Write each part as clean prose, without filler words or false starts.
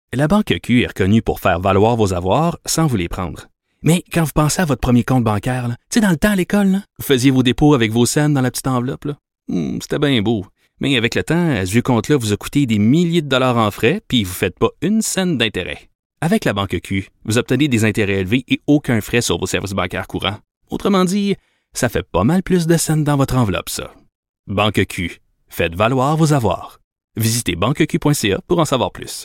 La Banque Q est reconnue pour faire valoir vos avoirs sans vous les prendre. Mais quand vous pensez à votre premier compte bancaire, tu sais, dans le temps à l'école, là, vous faisiez vos dépôts avec vos scènes dans la petite enveloppe. Là. C'était bien beau. Mais avec le temps, ce vieux compte-là vous a coûté des milliers de dollars en frais, puis vous ne faites pas une scène d'intérêt. Avec la Banque Q, vous obtenez des intérêts élevés et aucun frais sur vos services bancaires courants. Autrement dit, ça fait pas mal plus de scènes dans votre enveloppe, ça. Banque Q. Faites valoir vos avoirs. Visitez banqueq.ca pour en savoir plus.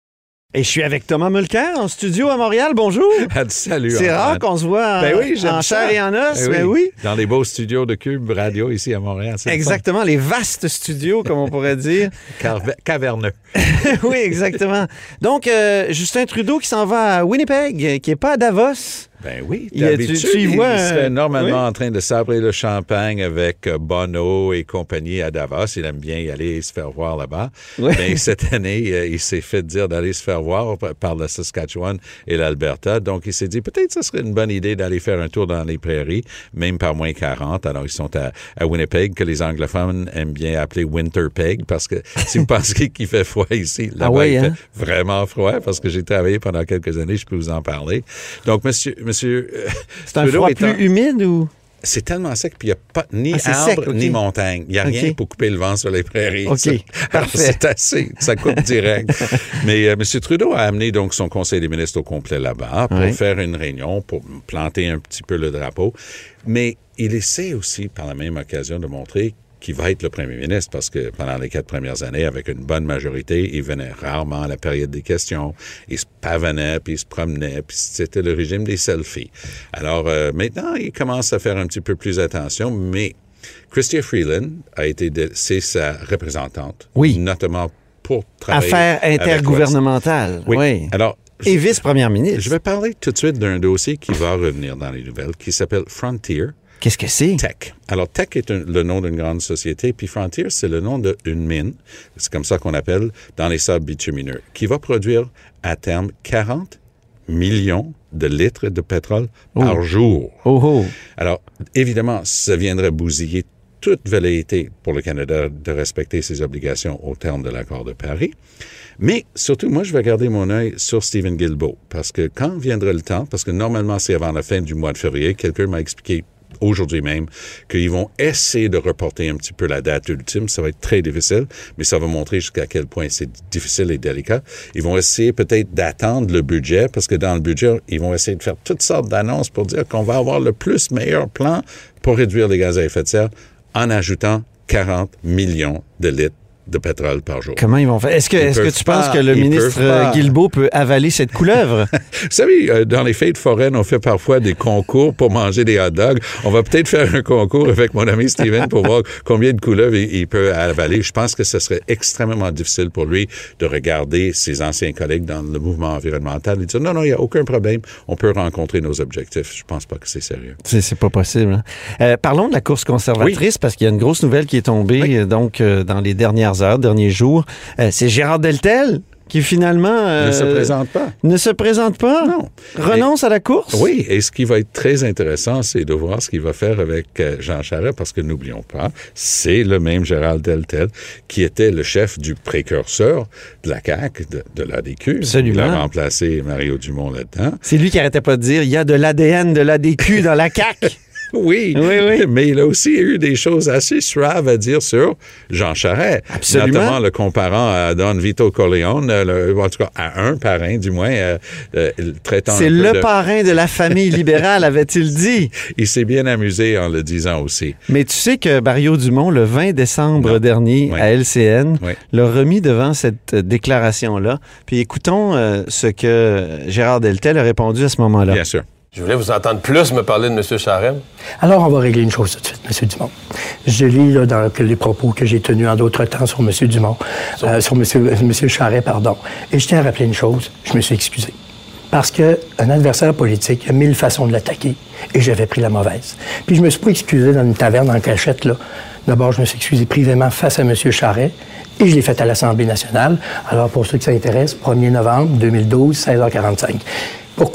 Et je suis avec Thomas Mulcair en studio à Montréal. Bonjour. Salut. C'est rare qu'on se voit en chair et en os. Ben oui. Dans les beaux studios de Cube Radio ici à Montréal. Exactement, les vastes studios, comme on pourrait dire. Caverneux. Oui, exactement. Donc, Justin Trudeau qui s'en va à Winnipeg, qui n'est pas à Davos. Ben oui, tu y vois, il serait normalement en train de sabrer le champagne avec Bono et compagnie à Davos. Il aime bien y aller et se faire voir là-bas. Oui. Mais cette année, il s'est fait dire d'aller se faire voir par le Saskatchewan et l'Alberta. Donc, il s'est dit, peut-être ce serait une bonne idée d'aller faire un tour dans les prairies, même par moins 40. Alors, ils sont à Winnipeg, que les anglophones aiment bien appeler Winterpeg, parce que si vous pensez qu'il fait froid ici, là-bas, il fait vraiment froid, parce que j'ai travaillé pendant quelques années, je peux vous en parler. Donc, monsieur c'est un froid plus humide ou? C'est tellement sec, puis il n'y a pas ni arbre ni montagne. Il n'y a rien pour couper le vent sur les prairies. OK, parfait. C'est assez, ça coupe direct. Mais M. Trudeau a amené donc son conseil des ministres au complet là-bas pour faire une réunion, pour planter un petit peu le drapeau. Mais il essaie aussi, par la même occasion, de montrer qui va être le premier ministre, parce que pendant les 4 premières années, avec une bonne majorité, il venait rarement à la période des questions, il se pavanait, puis il se promenait, puis c'était le régime des selfies. Alors maintenant, il commence à faire un petit peu plus attention, mais Chrystia Freeland c'est sa représentante, notamment pour travailler Affaires intergouvernementales, oui. Alors, et vice-première ministre. Je vais parler tout de suite d'un dossier qui va revenir dans les nouvelles, qui s'appelle Frontier. Qu'est-ce que c'est? Teck. Alors, Teck est le nom d'une grande société, puis Frontier, c'est le nom d'une mine, c'est comme ça qu'on appelle, dans les sables bitumineux, qui va produire à terme 40 millions de litres de pétrole par jour. Alors, évidemment, ça viendrait bousiller toute velléité pour le Canada de respecter ses obligations au terme de l'accord de Paris. Mais surtout, moi, je vais garder mon œil sur Stephen Guilbeault, parce que quand viendra le temps, parce que normalement, c'est avant la fin du mois de février, quelqu'un m'a expliqué aujourd'hui même, qu'ils vont essayer de reporter un petit peu la date ultime. Ça va être très difficile, mais ça va montrer jusqu'à quel point c'est difficile et délicat. Ils vont essayer peut-être d'attendre le budget, parce que dans le budget, ils vont essayer de faire toutes sortes d'annonces pour dire qu'on va avoir le meilleur plan pour réduire les gaz à effet de serre en ajoutant 40 millions de litres de pétrole par jour. Comment ils vont faire? Est-ce que tu penses que le ministre Guilbeault peut avaler cette couleuvre? Vous savez, dans les fêtes foraines, on fait parfois des concours pour manger des hot dogs. On va peut-être faire un concours avec mon ami Steven pour voir combien de couleuvres il peut avaler. Je pense que ce serait extrêmement difficile pour lui de regarder ses anciens collègues dans le mouvement environnemental et dire non, il n'y a aucun problème. On peut rencontrer nos objectifs. Je pense pas que c'est sérieux. C'est pas possible. Hein? Parlons de la course conservatrice, parce qu'il y a une grosse nouvelle qui est tombée donc dans les dernières derniers jours. C'est Gérard Deltel qui finalement ne se présente pas. Ne se présente pas? Non. Renonce à la course? Oui, et ce qui va être très intéressant, c'est de voir ce qu'il va faire avec Jean Charest, parce que n'oublions pas, c'est le même Gérard Deltel qui était le chef du précurseur de la CAQ, de l'ADQ. Absolument. Il a remplacé Mario Dumont là-dedans. C'est lui qui arrêtait pas de dire, il y a de l'ADN de l'ADQ dans la CAQ. Oui, mais il a aussi eu des choses assez suaves à dire sur Jean Charest. Absolument. Notamment le comparant à Don Vito Corleone, en tout cas à un parrain du moins, traitant c'est le parrain de la famille libérale, avait-il dit. Il s'est bien amusé en le disant aussi. Mais tu sais que Mario Dumont, le 20 décembre dernier, à LCN, l'a remis devant cette déclaration-là. Puis écoutons ce que Gérard Deltel a répondu à ce moment-là. Bien sûr. Je voulais vous entendre plus me parler de M. Charest. Alors, on va régler une chose tout de suite, M. Dumont. Je lis là, dans les propos que j'ai tenus en d'autres temps sur M. Dumont, sur M. Charest, pardon. Et je tiens à rappeler une chose, je me suis excusé. Parce qu'un adversaire politique a 1000 façons de l'attaquer et j'avais pris la mauvaise. Puis je me suis pas excusé dans une taverne en cachette, là. D'abord, je me suis excusé privément face à M. Charest et je l'ai fait à l'Assemblée nationale. Alors, pour ceux qui s'intéressent, 1er novembre 2012, 16h45. Pourquoi?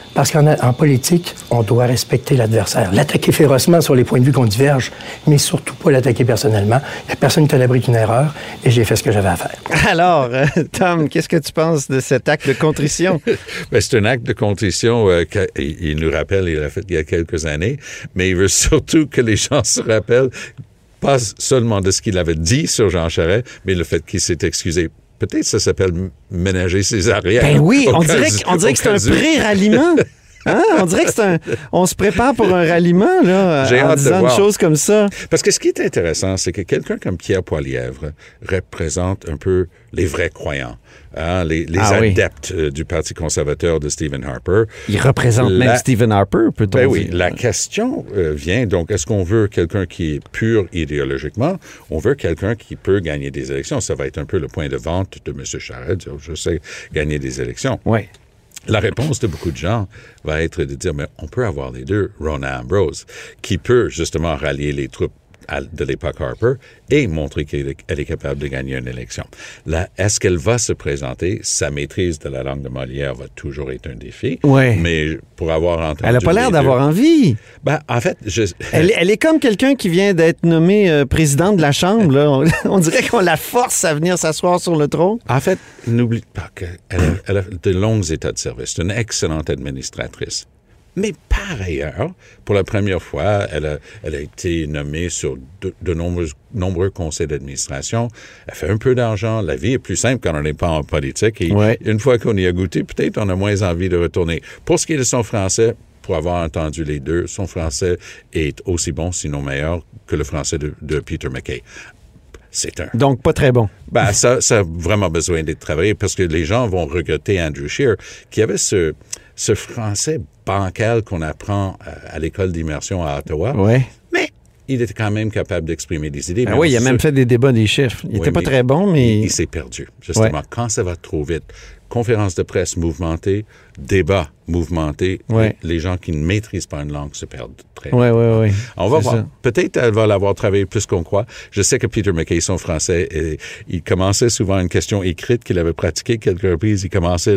Parce qu'en politique, on doit respecter l'adversaire. L'attaquer férocement sur les points de vue qu'on diverge, mais surtout pas l'attaquer personnellement. Il n'y a personne qui est à l'abri d'une erreur et j'ai fait ce que j'avais à faire. Alors, Tom, qu'est-ce que tu penses de cet acte de contrition? Bien, c'est un acte de contrition qu'il nous rappelle, il l'a fait il y a quelques années, mais il veut surtout que les gens se rappellent pas seulement de ce qu'il avait dit sur Jean Charest, mais le fait qu'il s'est excusé. Peut-être ça s'appelle ménager ses arrières. Ben oui, on dirait que c'est un pré-ralliement. Hein? On dirait que on se prépare pour un ralliement là, en disant des choses comme ça. Parce que ce qui est intéressant, c'est que quelqu'un comme Pierre Poilievre représente un peu les vrais croyants, hein? les adeptes du Parti conservateur de Stephen Harper. Il représente même Stephen Harper, peut-on dire. Oui, la question vient, donc, est-ce qu'on veut quelqu'un qui est pur idéologiquement? On veut quelqu'un qui peut gagner des élections. Ça va être un peu le point de vente de M. Charest, dire, je sais gagner des élections. Oui. La réponse de beaucoup de gens va être de dire, mais on peut avoir les deux. Rona Ambrose, qui peut justement rallier les troupes de l'époque Harper et montrer qu'elle est capable de gagner une élection. Là, est-ce qu'elle va se présenter? Sa maîtrise de la langue de Molière va toujours être un défi. Oui. Mais pour avoir entendu... Elle n'a pas l'air d'avoir envie. Ben, en fait, elle est comme quelqu'un qui vient d'être nommé président de la Chambre. Là. On dirait qu'on la force à venir s'asseoir sur le trône. En fait, n'oublie pas qu'elle a de longs états de service. C'est une excellente administratrice. Mais par ailleurs, pour la première fois, elle a été nommée sur de nombreux conseils d'administration. Elle fait un peu d'argent. La vie est plus simple quand on n'est pas en politique. Et une fois qu'on y a goûté, peut-être on a moins envie de retourner. Pour ce qui est de son français, pour avoir entendu les deux, son français est aussi bon, sinon meilleur, que le français de Peter MacKay. Donc, pas très bon. Ben, ça a vraiment besoin d'être travaillé parce que les gens vont regretter Andrew Scheer, qui avait ce français bancal qu'on apprend à l'école d'immersion à Ottawa. Oui. Mais il était quand même capable d'exprimer des idées. Oui, il a même fait des débats des chiffres. Il n'était pas très bon, mais... Il s'est perdu, justement. Ouais. Quand ça va trop vite, conférence de presse mouvementée, débat mouvementé, les gens qui ne maîtrisent pas une langue se perdent très vite. Oui. On va voir. Peut-être elle va l'avoir travaillé plus qu'on croit. Je sais que Peter MacKay, son français, il commençait souvent une question écrite qu'il avait pratiquée quelques reprises. Il commençait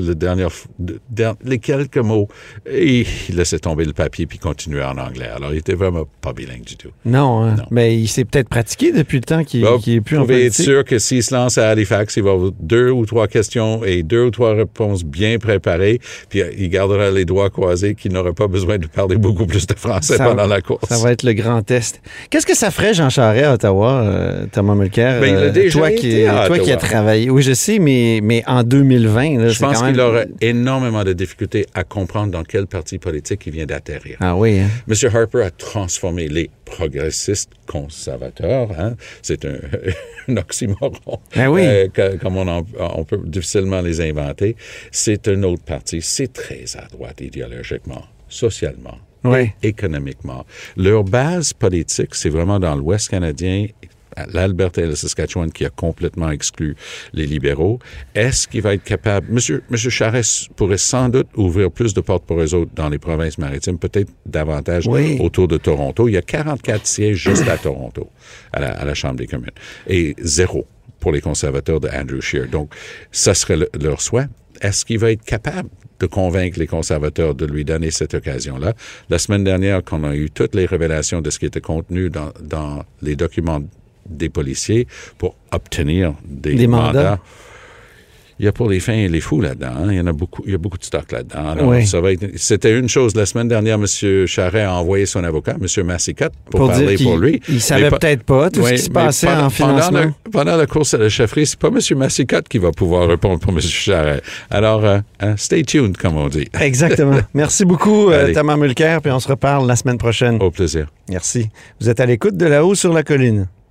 les quelques mots et il laissait tomber le papier puis continuait en anglais. Alors, il était vraiment pas bilingue du tout. Non. Mais il s'est peut-être pratiqué depuis le temps qu'il est plus en politique. Vous pouvez être sûr que s'il se lance à Halifax, il va avoir 2 ou 3 questions et 2 ou 3 réponses bien préparées. Puis il gardera les doigts croisés qu'il n'aurait pas besoin de parler beaucoup plus de français pendant la course. Ça va être le grand test. Qu'est-ce que ça ferait, Jean Charest, à Ottawa, Thomas Mulcair? Ben, il a déjà toi qui as travaillé. Oui, je sais, mais en 2020... Là, je pense qu'il aurait énormément de difficultés à comprendre dans quel parti politique il vient d'atterrir. Ah oui, hein? M. Harper a transformé les progressistes conservateurs. Hein? C'est un oxymoron. Ah oui. Comme on peut difficilement les inventer. C'est un autre parti. C'est très à droite idéologiquement, socialement, et économiquement. Leur base politique, c'est vraiment dans l'Ouest canadien, l'Alberta et le Saskatchewan qui a complètement exclu les libéraux. Est-ce qu'il va être capable... Monsieur Charest pourrait sans doute ouvrir plus de portes pour eux autres dans les provinces maritimes, peut-être davantage autour de Toronto. Il y a 44 sièges juste à Toronto, à la Chambre des communes, et 0 pour les conservateurs de Andrew Scheer. Donc, ça serait leur souhait. Est-ce qu'il va être capable de convaincre les conservateurs de lui donner cette occasion-là? La semaine dernière, quand on a eu toutes les révélations de ce qui était contenu dans les documents des policiers pour obtenir des mandats. Il y a pour les fins et les fous là-dedans. Hein? Il y a beaucoup de stock là-dedans. Alors, c'était une chose. La semaine dernière, M. Charest a envoyé son avocat, M. Massicotte, pour parler pour lui. Il ne savait peut-être pas tout ce qui se passait en financement. Pendant la course à la chefferie, c'est pas M. Massicotte qui va pouvoir répondre pour M. Charest. Alors, stay tuned, comme on dit. Exactement. Merci beaucoup, Thomas Mulcair, puis on se reparle la semaine prochaine. Au plaisir. Merci. Vous êtes à l'écoute de Là-haut sur la colline.